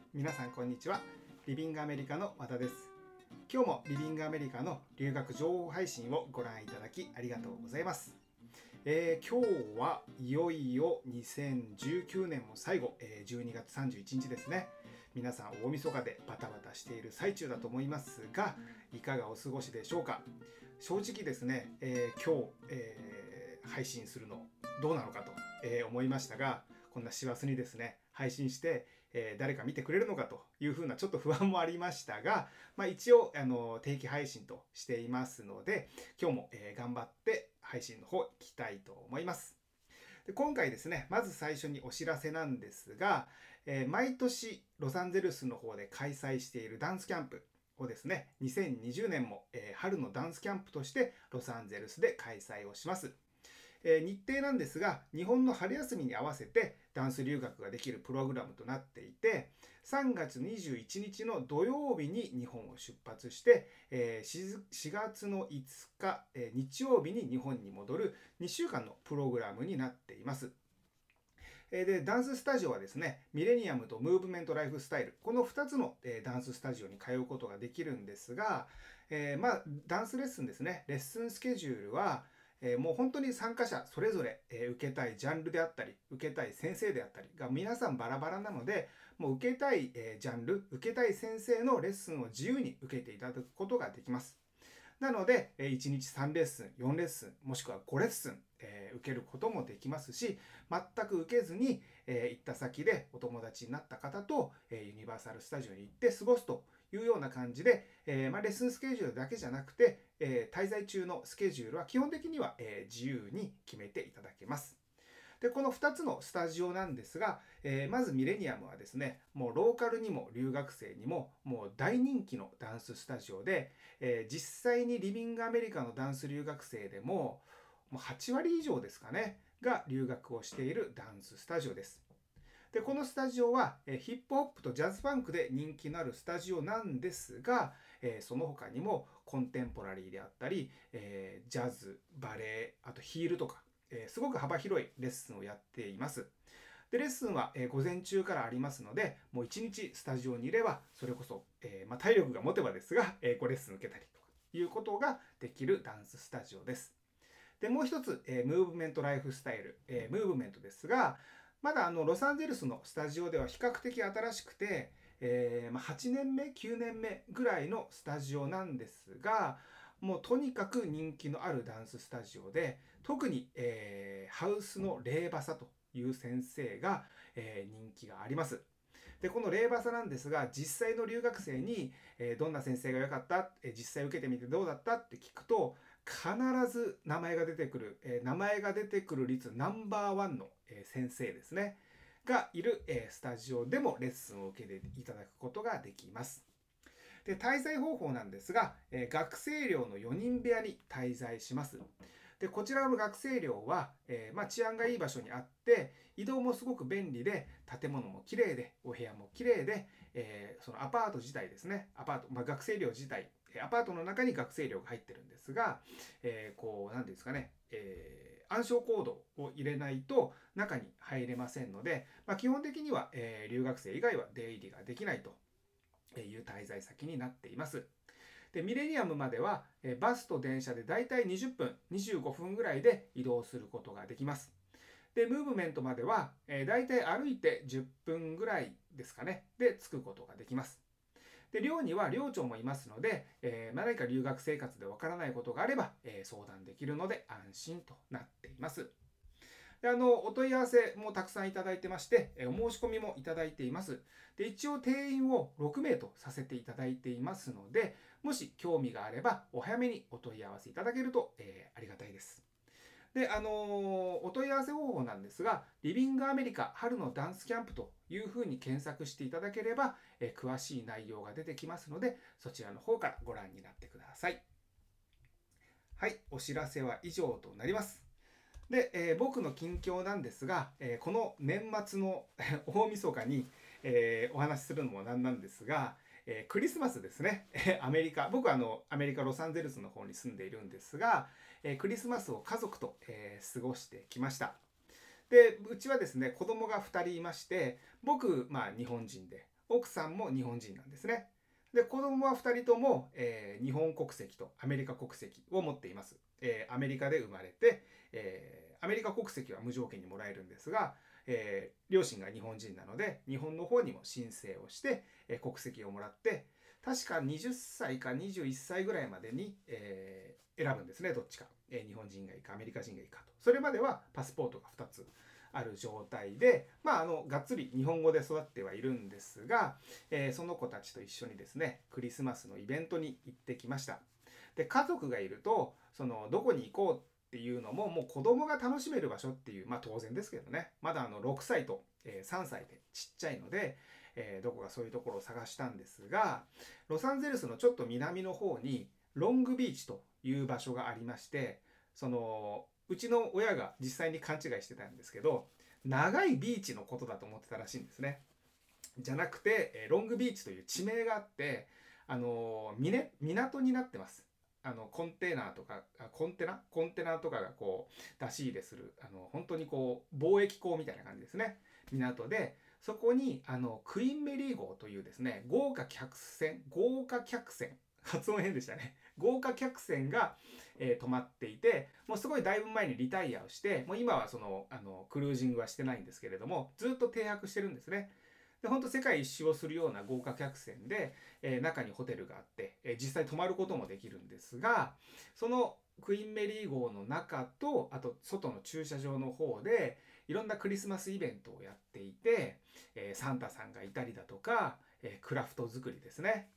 皆さんこんにちは。リビングアメリカの和田です。今日もリビングアメリカの留学情報配信をご覧いただきありがとうございます。今日はいよいよ2019年も最後、12月31日ですね。皆さん大晦日でバタバタしている最中だと思いますが、いかがお過ごしでしょうか。正直ですね、今日、配信するのどうなのかと、思いましたが、こんな師走にですね配信して、誰か見てくれるのかというふうなちょっと不安もありましたが、一応定期配信としていますので、今日も、頑張って配信の方行きたいと思います。で今回ですね、まず最初にお知らせなんですが、毎年ロサンゼルスの方で開催しているダンスキャンプをですね、2020年も、春のダンスキャンプとしてロサンゼルスで開催をします。日程なんですが、日本の春休みに合わせてダンス留学ができるプログラムとなっていて、3月21日の土曜日に日本を出発して、4月の5日、日曜日に日本に戻る2週間のプログラムになっています。でダンススタジオはですね、ミレニアムとムーブメントライフスタイル、この2つのダンススタジオに通うことができるんですが、ダンスレッスンですね、レッスンスケジュールはもう本当に参加者それぞれ受けたいジャンルであったり受けたい先生であったりが皆さんバラバラなので、もう受けたいジャンル受けたい先生のレッスンを自由に受けていただくことができます。なので1日3レッスン4レッスンもしくは5レッスン受けることもできますし、全く受けずに行った先でお友達になった方とユニバーサルスタジオに行って過ごすというような感じで、レッスンスケジュールだけじゃなくて、滞在中のスケジュールは基本的には自由に決めていただけます。でこの2つのスタジオなんですが、まずミレニアムはですね、もうローカルにも留学生にももう大人気のダンススタジオで、実際にリビングアメリカのダンス留学生でも8割以上ですかねが留学をしているダンススタジオです。でこのスタジオはヒップホップとジャズファンクで人気のあるスタジオなんですが、その他にもコンテンポラリーであったり、ジャズ、バレエ、あとヒールとか、すごく幅広いレッスンをやっています。でレッスンは午前中からありますので、もう1日スタジオにいればそれこそ、体力が持てばですが、レッスン受けたりとかいうことができるダンススタジオです。でもう一つ、ムーブメントライフスタイル、ムーブメントですが、まだロサンゼルスのスタジオでは比較的新しくて、8年目9年目ぐらいのスタジオなんですが、もうとにかく人気のあるダンススタジオで、特に、ハウスのレーバサという先生が、人気があります。でこのレーバサなんですが、実際の留学生に、どんな先生が良かった、実際受けてみてどうだったって聞くと、必ず名前が出てくる、名前が出てくる率ナンバーワンの、先生ですねがいる、スタジオでもレッスンを受けていただくことができます。で滞在方法なんですが、学生寮の4人部屋に滞在します。でこちらの学生寮は、治安がいい場所にあって、移動もすごく便利で、建物もきれいでお部屋もきれいで、そのアパート自体ですね、アパート、学生寮自体、アパートの中に学生寮が入ってるんですが、こう何ていうんですかね、暗証コードを入れないと中に入れませんので、基本的には、留学生以外は出入りができないという滞在先になっています。でミレニアムまではバスと電車でだいたい20分25分ぐらいで移動することができます。でムーブメントまではだいたい歩いて10分ぐらいですかねで着くことができます。で寮には寮長もいますので、何か留学生活でわからないことがあれば、相談できるので安心となっています。でお問い合わせもたくさんいただいてまして、お申し込みもいただいています。で一応定員を6名とさせていただいていますので、もし興味があればお早めにお問い合わせいただけると、ありがたいです。でお問い合わせ方法なんですが、リビングアメリカ春のダンスキャンプというふうに検索していただければ、詳しい内容が出てきますので、そちらの方からご覧になってください。はい、お知らせは以上となります。で、僕の近況なんですが、この年末の大晦日に、お話しするのもなんなんですが、クリスマスですね。アメリカ、僕はアメリカ・ロサンゼルスの方に住んでいるんですが、クリスマスを家族と、過ごしてきました。で、うちはですね、子供が2人いまして、僕、日本人で、 奥さんも日本人なんですね。で、子供は2人とも、日本国籍とアメリカ国籍を持っています。アメリカで生まれて、アメリカ国籍は無条件にもらえるんですが、両親が日本人なので日本の方にも申請をして、国籍をもらって、確か20歳か21歳ぐらいまでに、選ぶんですね、どっちか、日本人がいいかアメリカ人がいいかと。それまではパスポートが2つある状態で、がっつり日本語で育ってはいるんですが、その子たちと一緒にですね、クリスマスのイベントに行ってきました。で、家族がいると、どこに行こうっていうのも、もう子供が楽しめる場所っていう、当然ですけどね、まだ6歳と3歳でちっちゃいので、どこかそういうところを探したんですが、ロサンゼルスのちょっと南の方にロングビーチという場所がありまして、うちの親が実際に勘違いしてたんですけど、長いビーチのことだと思ってたらしいんですね。じゃなくて、ロングビーチという地名があって、港になってます。コンテナとかコンテナとかがこう出し入れする、本当にこう貿易港みたいな感じですね。港で、そこにクイーンメリー号というですね、豪華客船、発音変でしたね。豪華客船が、止まっていて、もうすごいだいぶ前にリタイアをして、もう今はクルージングはしてないんですけれども、ずっと停泊してるんですね。で、本当世界一周をするような豪華客船で、中にホテルがあって、実際泊まることもできるんですが、そのクイーンメリー号の中と、あと外の駐車場の方でいろんなクリスマスイベントをやっていて、サンタさんがいたりだとか、クラフト作りですね。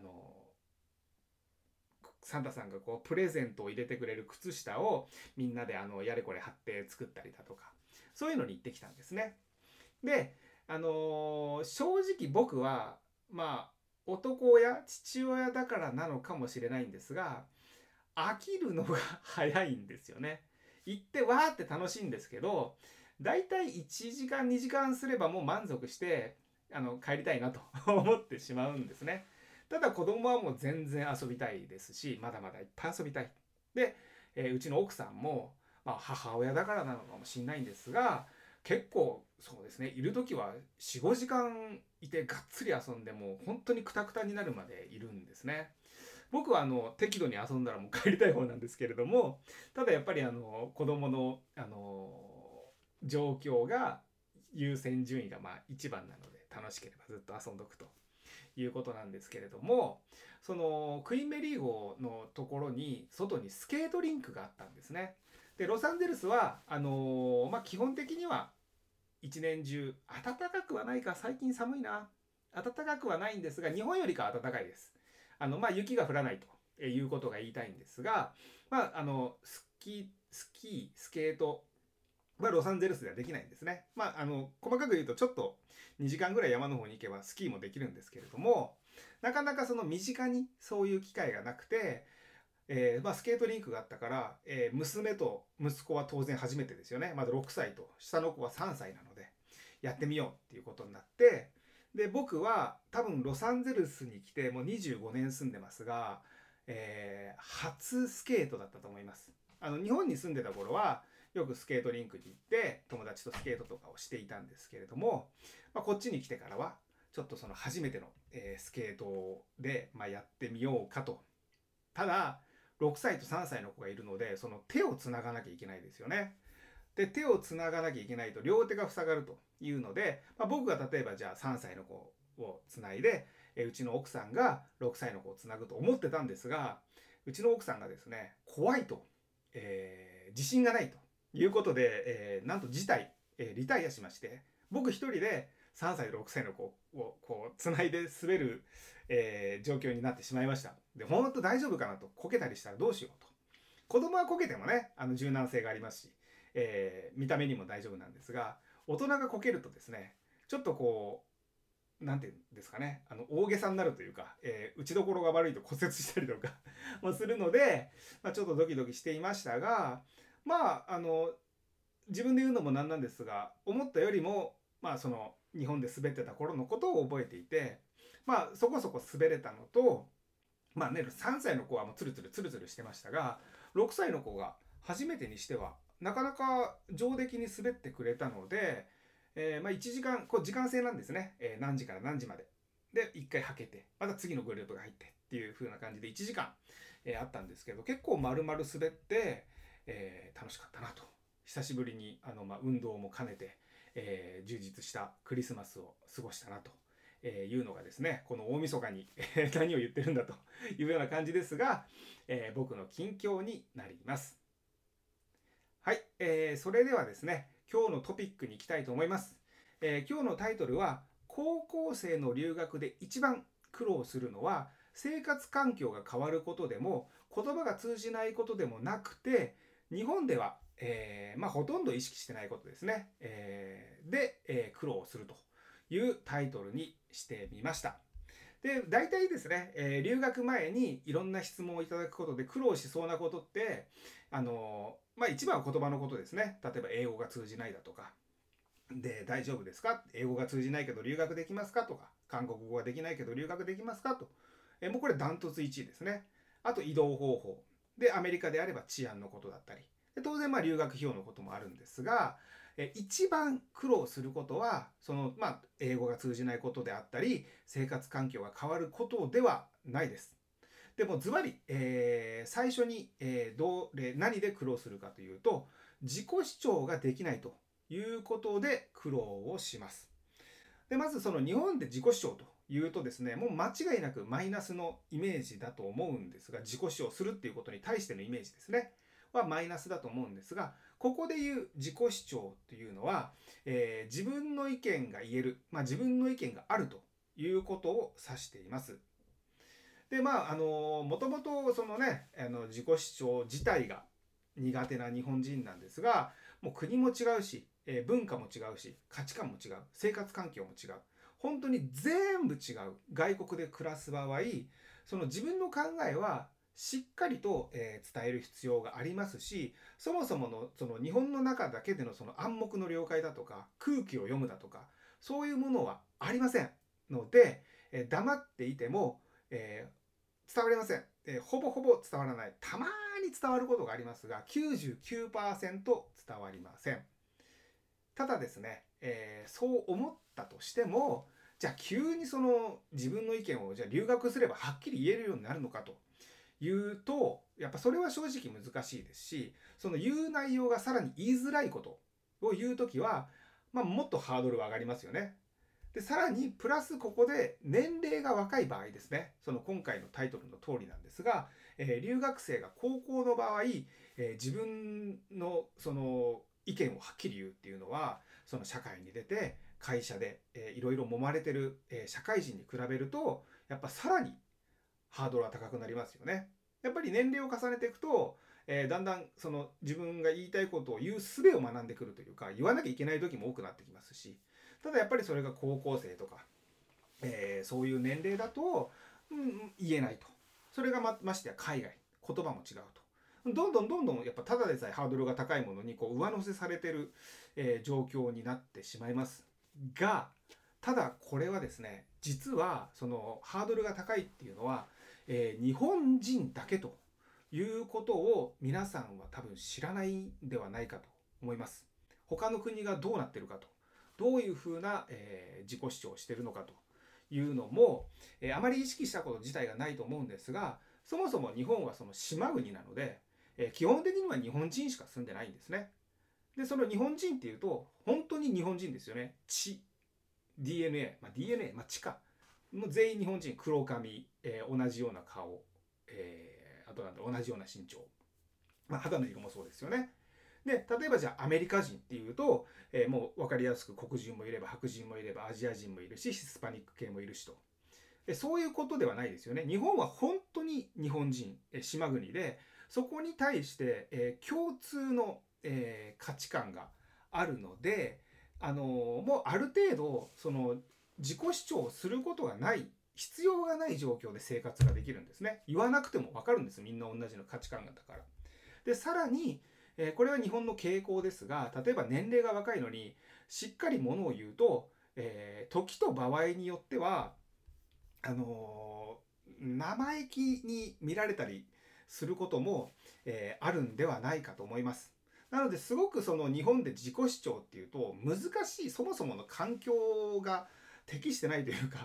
サンタさんがこうプレゼントを入れてくれる靴下をみんなでやれこれ貼って作ったりだとか、そういうのに行ってきたんですね。で、正直僕は男親父親だからなのかもしれないんですが、飽きるのが早いんですよね。行ってわーって楽しいんですけど、だいたい1時間2時間すればもう満足して帰りたいなと思ってしまうんですね。ただ子供はもう全然遊びたいですし、まだまだいっぱい遊びたい。で、うちの奥さんも、母親だからなのかもしれないんですが、結構そうですね、いる時は4、5時間いてがっつり遊んで、もう本当にクタクタになるまでいるんですね。僕は適度に遊んだらもう帰りたい方なんですけれども、ただやっぱり子供の状況が優先順位が一番なので、楽しければずっと遊んどくということなんですけれども、そのクイーンメリー号のところに外にスケートリンクがあったんですね。で、ロサンゼルスは基本的には一年中暖かくはないか、最近寒いな、暖かくはないんですが、日本よりかは暖かいです。雪が降らないということが言いたいんですが、スケートはロサンゼルスではできないんですね。細かく言うとちょっと2時間ぐらい山の方に行けばスキーもできるんですけれども、なかなかその身近にそういう機会がなくて、スケートリンクがあったから、娘と息子は当然初めてですよね。まだ6歳と下の子は3歳なのでやってみようっていうことになって、で僕は多分ロサンゼルスに来てもう25年住んでますが、初スケートだったと思います。日本に住んでた頃はよくスケートリンクに行って友達とスケートとかをしていたんですけれども、こっちに来てからはちょっとその初めての、スケートで、やってみようかと。ただ6歳と3歳の子がいるので、その手をつながなきゃいけないですよね。で、手をつながなきゃいけないと両手が塞がるというので、僕が例えばじゃあ3歳の子をつないで、うちの奥さんが6歳の子をつなぐと思ってたんですが、うちの奥さんがですね、怖いと、自信がないということで、なんとリタイアしまして、僕一人で3歳6歳の子をこうつないで滑る、状況になってしまいました。で、本当大丈夫かなと、こけたりしたらどうしようと。子供はこけてもね、柔軟性がありますし、見た目にも大丈夫なんですが、大人がこけるとですね、ちょっとこうなんていうんですかね、大げさになるというか、打ちどころが悪いと骨折したりとかもするので、ちょっとドキドキしていましたが、自分で言うのもなんなんですが、思ったよりもその日本で滑ってた頃のことを覚えていて、そこそこ滑れたのと、3歳の子はもうツルツルしてましたが、6歳の子が初めてにしてはなかなか上出来に滑ってくれたので、1時間こう時間制なんですね、何時から何時までで1回はけてまた次のグループが入ってっていう風な感じで1時間、あったんですけど、結構丸々滑って、楽しかったなと。久しぶりに運動も兼ねて、充実したクリスマスを過ごしたなと。いうのがですね、この大晦日に何を言ってるんだというような感じですが、僕の近況になります。はい、それではですね、今日のトピックに行きたいと思います。今日のタイトルは、高校生の留学で一番苦労するのは、生活環境が変わることでも、言葉が通じないことでもなくて、日本では、ほとんど意識してないことですね。苦労するというタイトルにしてみました。で、大体ですね、留学前にいろんな質問をいただくことで苦労しそうなことって、一番は言葉のことですね。例えば英語が通じないだとか、で、大丈夫ですか、英語が通じないけど留学できますかとか、韓国語ができないけど留学できますかと。もうこれダントツ1位ですね。あと移動方法。で、アメリカであれば治安のことだったり。で当然、留学費用のこともあるんですが、一番苦労することは、英語が通じないことであったり、生活環境が変わることではないです。でもズバリ、最初に、何で苦労するかというと、自己主張ができないということで苦労をします。でまずその日本で自己主張というとですね、もう間違いなくマイナスのイメージだと思うんですが、自己主張するっていうことに対してのイメージですねはマイナスだと思うんですが、ここで言う自己主張というのは、自分の意見が言える、自分の意見があるということを指しています。でもともとそのね、自己主張自体が苦手な日本人なんですが、もう国も違うし、文化も違うし、価値観も違う、生活環境も違う、本当に全部違う外国で暮らす場合、その自分の考えはしっかりと、伝える必要がありますし、そもそものその日本の中だけでのその暗黙の了解だとか空気を読むだとか、そういうものはありませんので、黙っていても、伝わりません、ほぼほぼ伝わらない。たまに伝わることがありますが、99% 伝わりません。ただですね、そう思ったとしても、じゃあ急にその自分の意見をじゃあ留学すればはっきり言えるようになるのかというと、やっぱそれは正直難しいですし、その言う内容がさらに言いづらいことを言うときは、もっとハードルは上がりますよね。でさらにプラスここで年齢が若い場合ですね、その今回のタイトルの通りなんですが、留学生が高校の場合、自分のその意見をはっきり言うっていうのは、その社会に出て会社でいろいろ揉まれてる、社会人に比べるとやっぱさらにハードルは高くなりますよね。やっぱり年齢を重ねていくと、だんだんその自分が言いたいことを言う術を学んでくるというか、言わなきゃいけない時も多くなってきますし、ただやっぱりそれが高校生とか、そういう年齢だと、言えないと。それがましてや海外、言葉も違うと。どんどんやっぱただでさえハードルが高いものにこう上乗せされてる、状況になってしまいますが、ただこれはですね、実はそのハードルが高いっていうのは、日本人だけということを皆さんは多分知らないんではないかと思います。他の国がどうなってるかと、どういうふうな、自己主張をしているのかというのも、あまり意識したこと自体がないと思うんですが、そもそも日本はその島国なので、基本的には日本人しか住んでないんですね。でその日本人っていうと本当に日本人ですよね。血、 DNA、DNA、地下もう全員日本人、黒髪、同じような顔、あとなんだ同じような身長、肌の色もそうですよね。で例えばじゃあアメリカ人っていうと、もう分かりやすく黒人もいれば白人もいればアジア人もいるしヒスパニック系もいるしと、そういうことではないですよね。日本は本当に日本人、島国で、そこに対して、共通の、価値観があるので、もうある程度その自己主張をすることがない、必要がない状況で生活ができるんですね。言わなくても分かるんです、みんな同じの価値観がだから。でさらに、これは日本の傾向ですが、例えば年齢が若いのにしっかりものを言うと、時と場合によっては生意気に見られたりすることも、あるんではないかと思います。なのですごくその日本で自己主張っていうと難しい、そもそもの環境が適してないというか、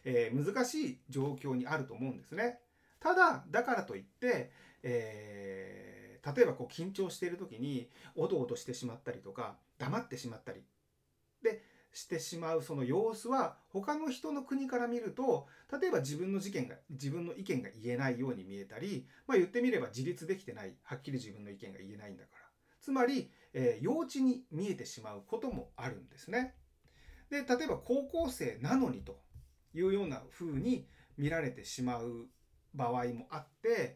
難しい状況にあると思うんですね。ただだからといって、例えばこう緊張している時におどおどしてしまったりとか黙ってしまったりでしてしまうその様子は他の人の国から見ると、例えば自分の意見が言えないように見えたり、言ってみれば自立できてない、はっきり自分の意見が言えないんだから、つまり、幼稚に見えてしまうこともあるんですね。で例えば高校生なのにというような風に見られてしまう場合もあって、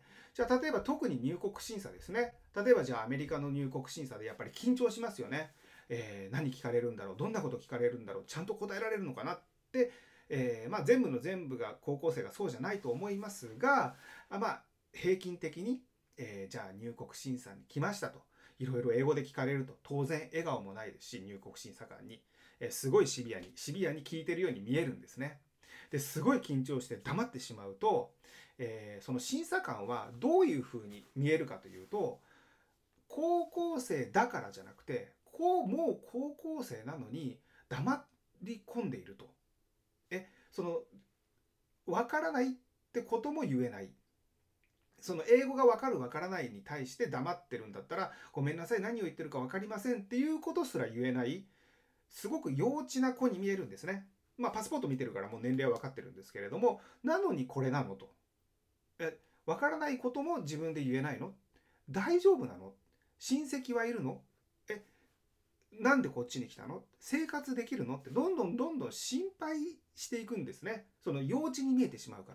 じゃあ例えば特に入国審査ですね。例えばじゃあアメリカの入国審査でやっぱり緊張しますよね。何聞かれるんだろう、どんなこと聞かれるんだろう、ちゃんと答えられるのかなって、全部の全部が高校生がそうじゃないと思いますが、平均的に、じゃあ入国審査に来ましたと、いろいろ英語で聞かれると当然笑顔もないですし、入国審査官に、すごいシビアに聞いてるように見えるんですね。ですごい緊張して黙ってしまうと、その審査官はどういうふうに見えるかというと、高校生だからじゃなくて、もう高校生なのに黙り込んでいると。その分からないってことも言えない。その英語が分かる分からないに対して黙ってるんだったら、ごめんなさい、何を言ってるか分かりませんっていうことすら言えない、すごく幼稚な子に見えるんですね。パスポート見てるからもう年齢は分かってるんですけれども、なのにこれなのと。分からないことも自分で言えないの？大丈夫なの？親戚はいるの？なんでこっちに来たの？生活できるの？ってどんどん心配していくんですね。その幼稚に見えてしまうから。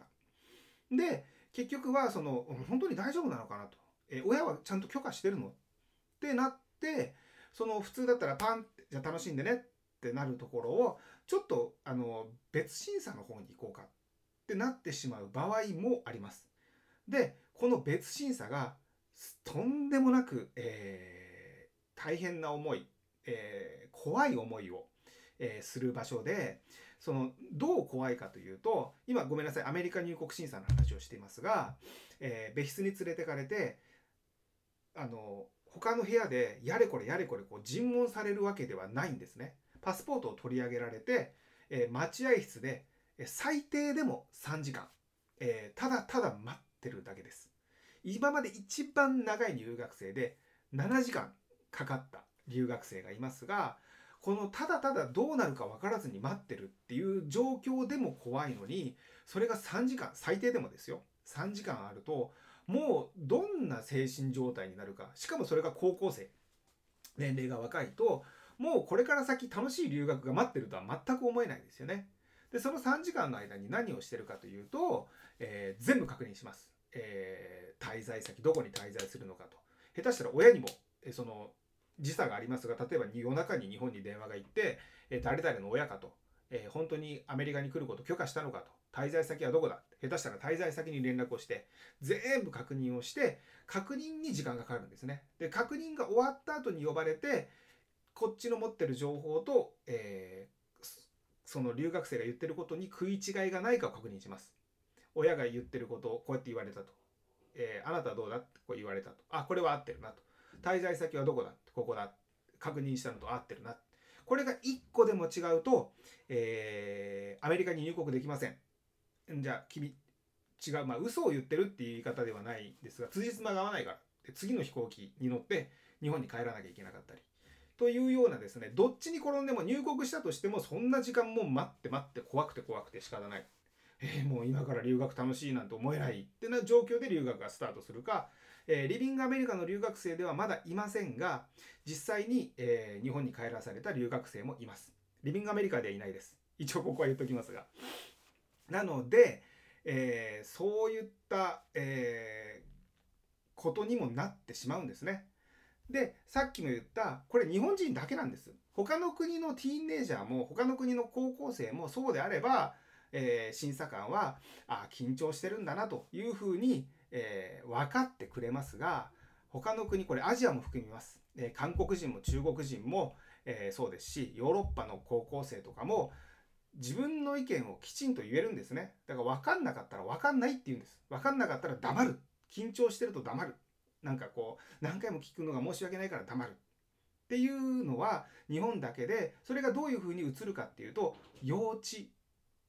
で結局はその本当に大丈夫なのかなと、親はちゃんと許可してるのってなって、その普通だったらパンってじゃあ楽しんでねってなるところを、ちょっと別審査の方に行こうかってなってしまう場合もあります。でこの別審査がとんでもなく、大変な思い、怖い思いを、する場所で、そのどう怖いかというと、今ごめんなさいアメリカ入国審査の話をしていますが、別室に連れてかれて他の部屋でやれこれこう尋問されるわけではないんですね。パスポートを取り上げられて、待合室で最低でも3時間、ただただ待ってるだけです。今まで一番長い留学生で7時間かかった留学生がいますが、このただただどうなるか分からずに待ってるっていう状況でも怖いのに、それが3時間、最低でもですよ、3時間あると、もうどんな精神状態になるか、しかもそれが高校生、年齢が若いと、もうこれから先楽しい留学が待ってるとは全く思えないですよね。でその3時間の間に何をしてるかというと、全部確認します。滞在先、どこに滞在するのかと。下手したら親にも、その時差がありますが、例えば夜中に日本に電話が行って、誰々の親かと、本当にアメリカに来ることを許可したのかと、滞在先はどこだ、下手したら滞在先に連絡をして全部確認をして、確認に時間がかかるんですね。で確認が終わった後に呼ばれて、こっちの持ってる情報と、その留学生が言ってることに食い違いがないかを確認します。親が言ってることをこうやって言われたと、あなたはどうだってこう言われたと、あ、これは合ってるなと、滞在先はどこだ、ここだ、確認したのと合ってるな、これが1個でも違うと、アメリカに入国できません。じゃあ君違う、嘘を言ってるっていう言い方ではないですが、辻褄が合わないからで次の飛行機に乗って日本に帰らなきゃいけなかったりというようなですね、どっちに転んでも入国したとしてもそんな時間も待って怖くて仕方ない、もう今から留学楽しいなんて思えないってな状況で留学がスタートするか、リビングアメリカの留学生ではまだいませんが、実際に、日本に帰らされた留学生もいます。リビングアメリカではいないです。一応ここは言っときますが。なので、そういった、ことにもなってしまうんですね。でさっきも言ったこれ日本人だけなんです。他の国のティーンエイジャーも他の国の高校生もそうであれば、審査官は緊張してるんだなというふうに、分かってくれますが、他の国、これアジアも含みます、韓国人も中国人も、そうですし、ヨーロッパの高校生とかも自分の意見をきちんと言えるんですね。だから分かんなかったら分かんないって言うんです。分かんなかったら黙る。緊張してると黙る。なんかこう何回も聞くのが申し訳ないから黙るっていうのは日本だけで、それがどういうふうに映るかっていうと幼稚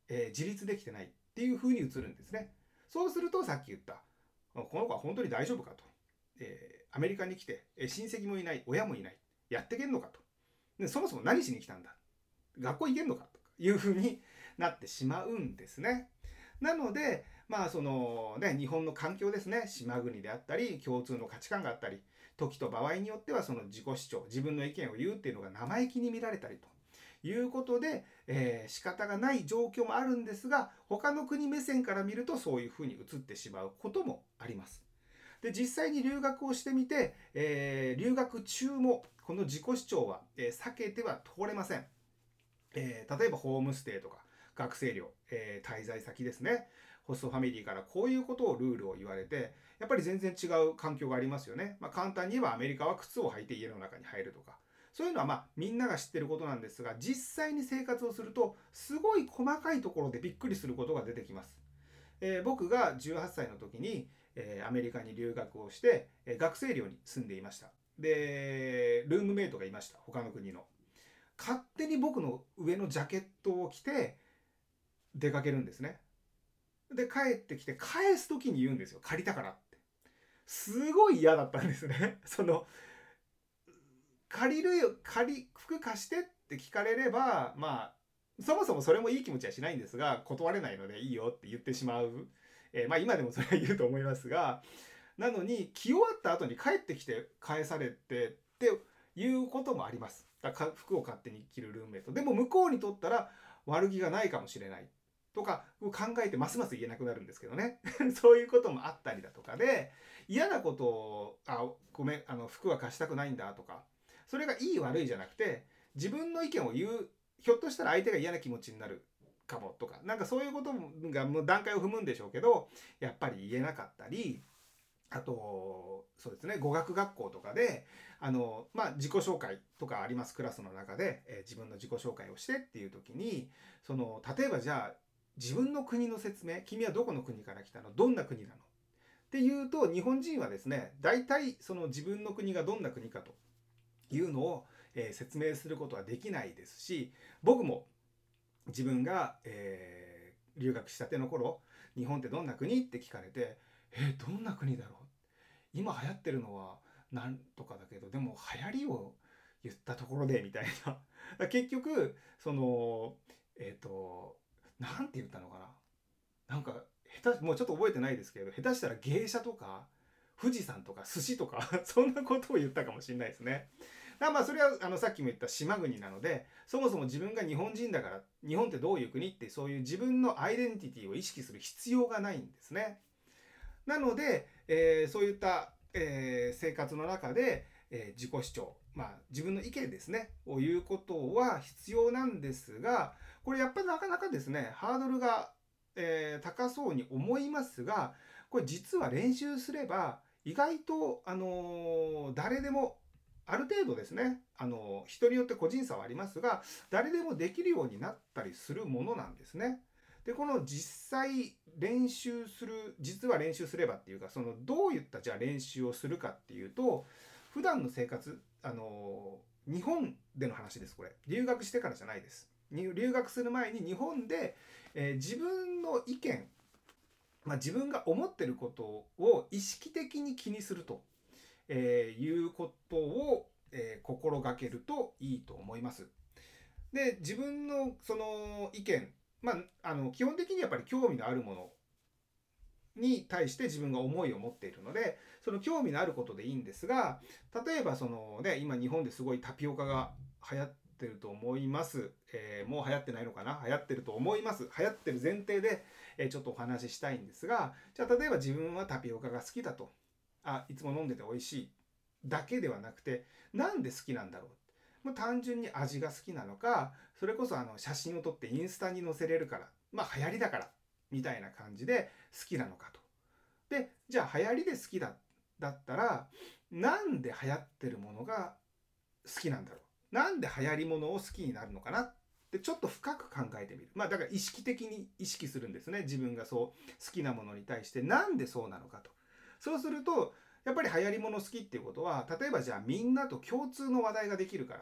自立できてないっていう風に映るんですね。そうするとさっき言ったこの子は本当に大丈夫かと、アメリカに来て親戚もいない親もいないやってけんのかと、でそもそも何しに来たんだ、学校行けんのかという風になってしまうんですね。なのでそのね、日本の環境ですね、島国であったり共通の価値観があったり、時と場合によってはその自己主張、自分の意見を言うっていうのが生意気に見られたりということで、仕方がない状況もあるんですが、他の国目線から見るとそういうふうに映ってしまうこともあります。で実際に留学をしてみて、留学中もこの自己主張は、避けては通れません。例えばホームステイとか学生寮、滞在先ですね、ホストファミリーからこういうことをルールを言われて、やっぱり全然違う環境がありますよね。簡単に言えばアメリカは靴を履いて家の中に入るとか、そういうのはみんなが知ってることなんですが、実際に生活をするとすごい細かいところでびっくりすることが出てきます。僕が18歳の時に、アメリカに留学をして、学生寮に住んでいました。でルームメイトがいました、他の国の。勝手に僕の上のジャケットを着て出かけるんですね。で帰ってきて返す時に言うんですよ、借りたからって。すごい嫌だったんですね。その借りるよ、服貸してって聞かれればそもそもそれもいい気持ちはしないんですが、断れないのでいいよって言ってしまう。今でもそれは言うと思いますが、なのに着終わった後に帰ってきて返されてっていうこともあります。服を勝手に着るルームメイトでも向こうにとったら悪気がないかもしれないとか考えてますます言えなくなるんですけどね。そういうこともあったりだとかで、嫌なことをごめん服は貸したくないんだとか、それがいい悪いじゃなくて、自分の意見を言う、ひょっとしたら相手が嫌な気持ちになるかもとか、そういうことがもう段階を踏むんでしょうけど、やっぱり言えなかったり、あとそうですね、語学学校とかで自己紹介とかあります、クラスの中で、自分の自己紹介をしてっていう時に、例えばじゃあ自分の国の説明、君はどこの国から来たの、どんな国なのっていうと、日本人はですね、大体その自分の国がどんな国かというのを、説明することはできないですし、僕も自分が、留学したての頃、日本ってどんな国って聞かれて、どんな国だろう、今流行ってるのはなんとかだけど、でも流行りを言ったところでみたいな。結局なんて言ったのかな、なんかもうちょっと覚えてないですけど、下手したら芸者とか富士山とか寿司とかそんなことを言ったかもしれないですね。それはさっきも言った島国なので、そもそも自分が日本人だから、日本ってどういう国って、そういう自分のアイデンティティを意識する必要がないんですね。なので、そういった、生活の中で、自己主張、自分の意見ですねを言うことは必要なんですが、これやっぱりなかなかですね、ハードルが、高そうに思いますが、これ実は練習すれば意外と、誰でもある程度ですね、人によって個人差はありますが、誰でもできるようになったりするものなんですね。でこの実際練習する、実は練習すればっていうか、どういったじゃあ練習をするかっていうと、普段の生活、日本での話です。これ留学してからじゃないです。留学する前に日本で、自分の意見、自分が思ってることを意識的に気にすると、いうことを、心がけるといいと思います。で自分のその意見、基本的にやっぱり興味のあるものに対して自分が思いを持っているので、その興味のあることでいいんですが、例えば今日本ですごいタピオカが流行ってると思います。もう流行ってないのかな、流行ってると思います。流行ってる前提で、ちょっとお話ししたいんですが、じゃあ例えば自分はタピオカが好きだと、いつも飲んでて美味しいだけではなくて、なんで好きなんだろう、単純に味が好きなのか、それこそ写真を撮ってインスタに載せれるから、流行りだからみたいな感じで好きなのかと。でじゃあ流行りで好きだったら、なんで流行ってるものが好きなんだろう、なんで流行りものを好きになるのかなってちょっと深く考えてみる。だから意識的に意識するんですね、自分がそう好きなものに対してなんでそうなのかと。そうするとやっぱり流行りもの好きっていうことは、例えばじゃあみんなと共通の話題ができるから、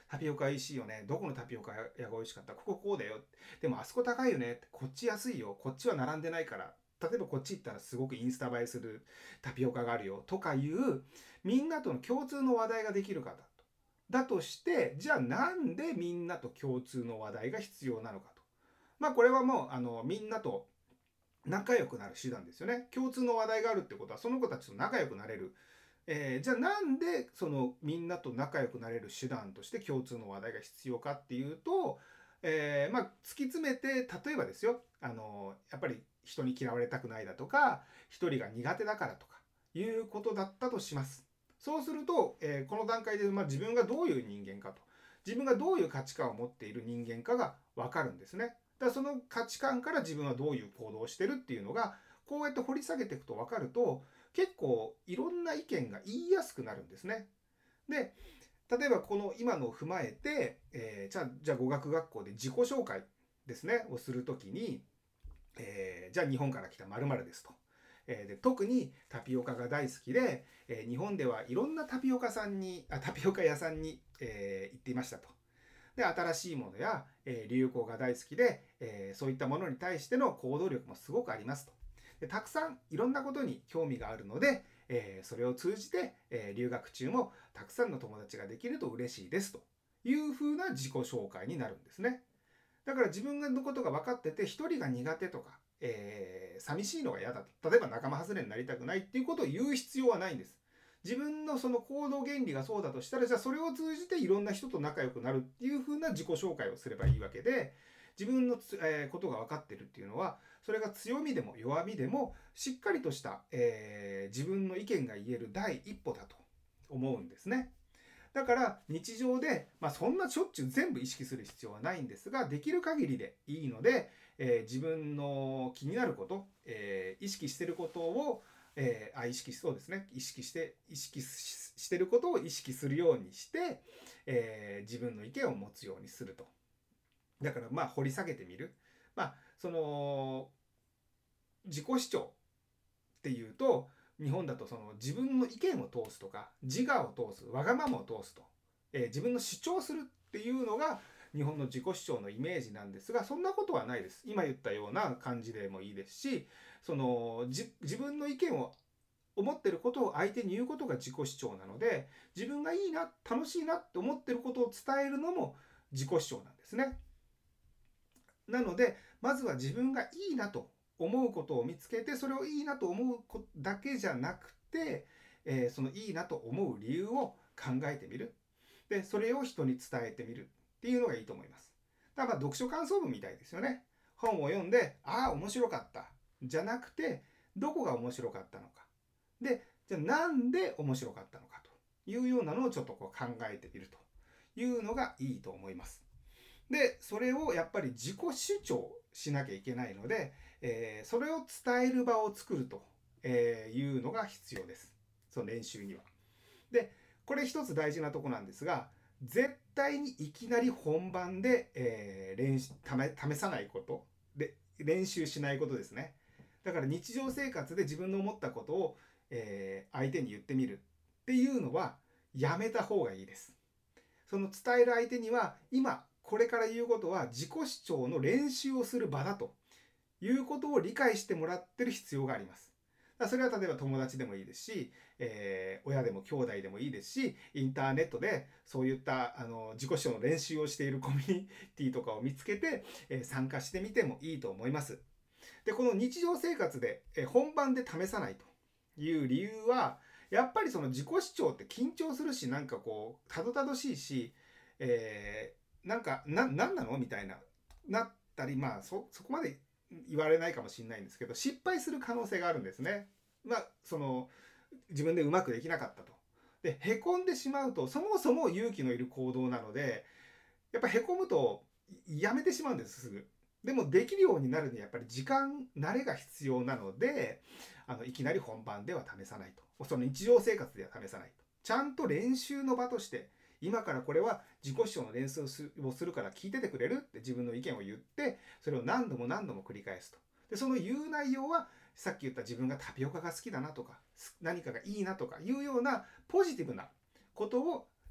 タピオカ美味しいよね。どこのタピオカ屋が美味しかった？こここうだよ。でもあそこ高いよね。こっち安いよ。こっちは並んでないから。例えばこっち行ったらすごくインスタ映えするタピオカがあるよ。とかいう、みんなとの共通の話題ができる方と。だとして、じゃあなんでみんなと共通の話題が必要なのかと。まあこれはもう、みんなと仲良くなる手段ですよね。共通の話題があるってことは、その子たちと仲良くなれる。じゃあなんでそのみんなと仲良くなれる手段として共通の話題が必要かっていうと、まあ突き詰めて、例えばですよ、やっぱり人に嫌われたくないだとか、一人が苦手だからとかいうことだったとします。そうすると、この段階で、まあ、自分がどういう人間かと、自分がどういう価値観を持っている人間かが分かるんですね。だからその価値観から自分はどういう行動をしてるっていうのが、こうやって掘り下げていくと分かると、結構いろんな意見が言いやすくなるんですね。で、例えばこの今のを踏まえて、じゃあ語学学校で自己紹介ですね、をするときに、じゃあ日本から来た〇〇ですと。で特にタピオカが大好きで、日本ではいろんなタピオカ屋さんに、行っていましたと。で新しいものや、流行が大好きで、そういったものに対しての行動力もすごくありますと。でたくさんいろんなことに興味があるので、それを通じて、留学中もたくさんの友達ができると嬉しいですというふうな自己紹介になるんですね。だから自分のことが分かってて、一人が苦手とか、寂しいのが嫌だと。例えば仲間外れになりたくないっていうことを言う必要はないんです。自分のその行動原理がそうだとしたら、じゃあそれを通じていろんな人と仲良くなるっていう風な自己紹介をすればいいわけで、自分のことが分かってるっていうのは、それが強みでも弱みでもしっかりとした、自分の意見が言える第一歩だと思うんですね。だから日常で、そんなしょっちゅう全部意識する必要はないんですが、できる限りでいいので、自分の気になること、意識してることを、そうですね、意識してることを意識するようにして、自分の意見を持つようにすると。だから掘り下げてみる。その自己主張っていうと、日本だとその自分の意見を通すとか自我を通す、わがままを通すと、自分の主張するっていうのが日本の自己主張のイメージなんですが、そんなことはないです。今言ったような感じでもいいですし、その自分の意見を思ってることを相手に言うことが自己主張なので、自分がいいな、楽しいなって思ってることを伝えるのも自己主張なんですね。なのでまずは自分がいいなと思うことを見つけて、それをいいなと思うだけじゃなくて、そのいいなと思う理由を考えてみる。でそれを人に伝えてみるっていうのがいいと思います。だから読書感想文みたいですよね。本を読んで、ああ面白かったじゃなくて、どこが面白かったのか、でじゃあなんで面白かったのかというようなのをちょっとこう考えてみるというのがいいと思います。でそれをやっぱり自己主張しなきゃいけないので、それを伝える場を作るというのが必要です、その練習には。でこれ一つ大事なとこなんですが、絶対にいきなり本番で、試さないことで、練習しないことですね。だから日常生活で自分の思ったことを、相手に言ってみるっていうのはやめた方がいいです。その伝える相手には、今これから言うことは自己主張の練習をする場だということを理解してもらってる必要があります。それは例えば友達でもいいですし、親でも兄弟でもいいですし、インターネットでそういった自己主張の練習をしているコミュニティとかを見つけて、参加してみてもいいと思います。でこの日常生活で、本番で試さないという理由は、やっぱりその自己主張って緊張するし、なんかこうたどたどしいし、なんなのみたいなったり、そこまで言われないかもしれないんですけど、失敗する可能性があるんですね。その自分でうまくできなかったと。でへこんでしまうと、そもそも勇気のいる行動なので、やっぱへこむとやめてしまうんです、すぐ。でもできるようになるにはやっぱり慣れが必要なので、いきなり本番では試さないと。その日常生活では試さないと。ちゃんと練習の場として、今からこれは自己主張の練習をするから聞いててくれるって自分の意見を言って、それを何度も何度も繰り返すと。でその言う内容は、さっき言った自分がタピオカが好きだなとか、何かがいいなとかいうようなポジティブなことを、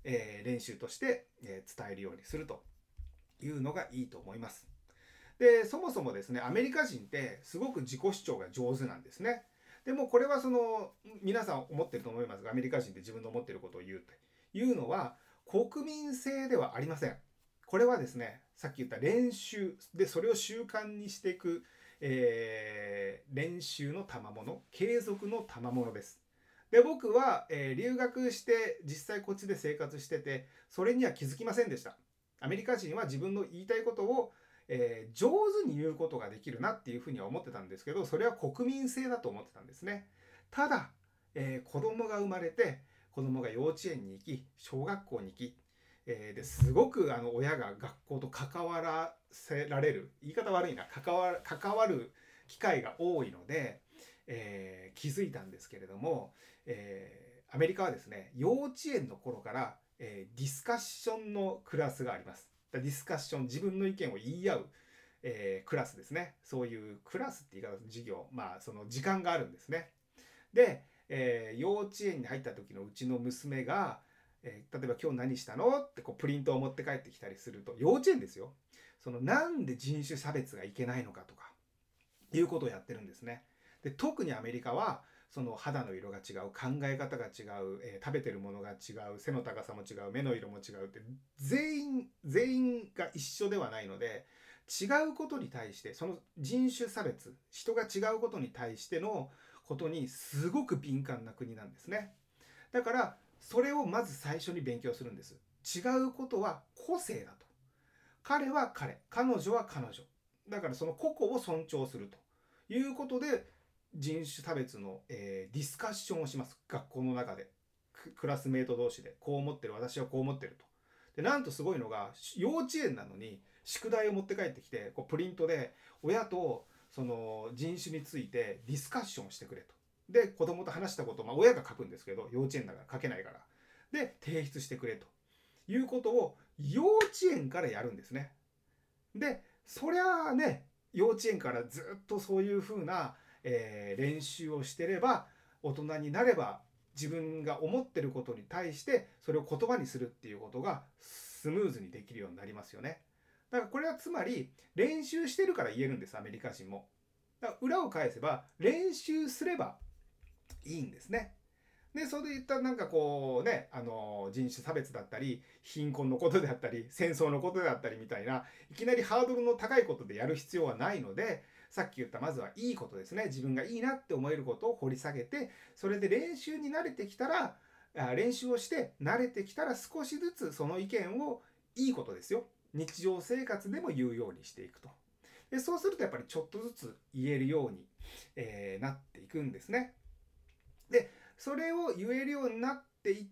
練習として、伝えるようにするというのがいいと思います。で、そもそもですね、アメリカ人ってすごく自己主張が上手なんですね。でもこれは皆さん思ってると思いますが、アメリカ人って自分の思っていることを言うというのは国民性ではありません。これはですね、さっき言った練習でそれを習慣にしていく、練習の賜物、継続の賜物です。で、僕は、留学して実際こっちで生活してて、それには気づきませんでした。アメリカ人は自分の言いたいことを上手に言うことができるなっていうふうには思ってたんですけど、それは国民性だと思ってたんですね。ただ、子供が生まれて、子供が幼稚園に行き、小学校に行き、ですごく親が学校と関わらせられる、言い方悪いな、関わる機会が多いので、気づいたんですけれども、アメリカはですね、幼稚園の頃から、ディスカッションのクラスがあります。ディスカッション、自分の意見を言い合う、クラスですね。そういうクラスって言い方の授業、その時間があるんですね。で、幼稚園に入った時のうちの娘が、例えば今日何したのってプリントを持って帰ってきたりすると、幼稚園ですよ。なんで人種差別がいけないのかとか、いうことをやってるんですね。で、特にアメリカは、肌の色が違う、考え方が違う、食べてるものが違う、背の高さも違う、目の色も違うって、全員が一緒ではないので、違うことに対して、その人種差別、人が違うことに対してのことにすごく敏感な国なんですね。だから、それをまず最初に勉強するんです。違うことは個性だと。彼は彼、彼女は彼女。だからその個々を尊重するということで、人種差別の、ディスカッションをします。学校の中で。クラスメート同士で。こう思ってる、私はこう思ってると。で、なんとすごいのが、幼稚園なのに宿題を持って帰ってきて、プリントで親とその人種についてディスカッションをしてくれと。で、子供と話したことを、親が書くんですけど、幼稚園だから書けないから。で、提出してくれということを幼稚園からやるんですね。で、そりゃあね、幼稚園からずっとそういう風な、練習をしてれば、大人になれば自分が思ってることに対してそれを言葉にするっていうことがスムーズにできるようになりますよね。だからこれはつまり練習してるから言えるんです、アメリカ人も。だから裏を返せば練習すればいいんですね。で、そういった人種差別だったり、貧困のことであったり、戦争のことであったりみたいな、いきなりハードルの高いことでやる必要はないので、さっき言ったまずはいいことですね。自分がいいなって思えることを掘り下げて、それで練習に慣れてきたら、練習をして慣れてきたら少しずつその意見をいいことですよ。日常生活でも言うようにしていくと。で、そうするとやっぱりちょっとずつ言えるように、なっていくんですね。で、それを言えるようになっていって、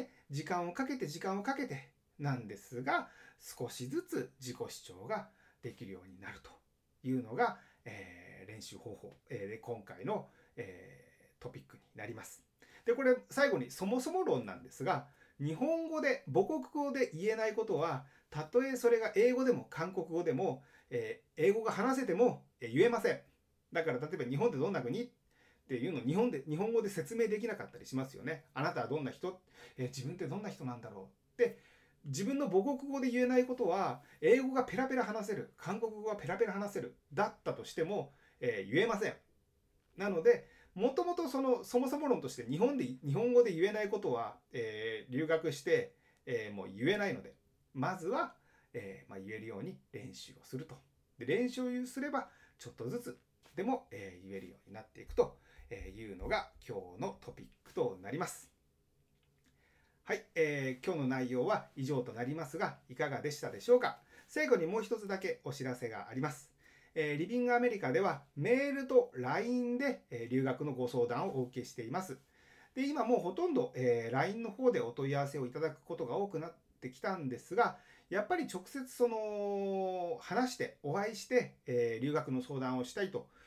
時間をかけてなんですが、少しずつ自己主張ができるようになるというのが、練習方法、で今回の、トピックになります。で、これ最後にそもそも論なんですが、日本語で母国語で言えないことは、たとえそれが英語でも韓国語でも、英語が話せても言えません。だから例えば日本ってどんな国っていうのを日本語で説明できなかったりしますよね。あなたはどんな人、自分ってどんな人なんだろうって自分の母国語で言えないことは英語がペラペラ話せる、韓国語がペラペラ話せるだったとしても、言えません。なのでもともとそもそも論として日本語で言えないことは、留学して、もう言えないので、まずは、言えるように練習をすると。で、練習をすればちょっとずつでも、言えるようになっていくというのが今日のトピックとなります。はい、今日の内容は以上となりますが、いかがでしたでしょうか。最後にもう一つだけお知らせがあります。リビングアメリカではメールと LINE で留学のご相談をお受けしています。で、今もうほとんど LINE の方でお問い合わせをいただくことが多くなってきたんですが、やっぱり直接話してお会いして留学の相談をしたいと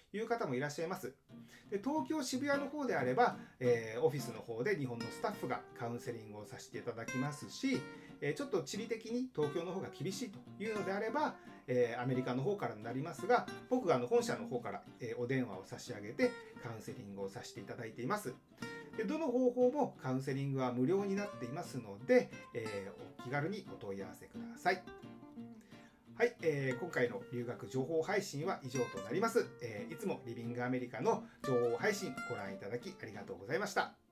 いう方もいらっしゃいます。で東京渋谷の方であれば、オフィスの方で日本のスタッフがカウンセリングをさせていただきますし、ちょっと地理的に東京の方が厳しいというのであれば、アメリカの方からになりますが、僕が本社の方から、お電話を差し上げてカウンセリングをさせていただいています。でどの方法もカウンセリングは無料になっていますので、お気軽にお問い合わせください。はい、今回の留学情報配信は以上となります。いつもリビングアメリカの情報配信ご覧いただきありがとうございました。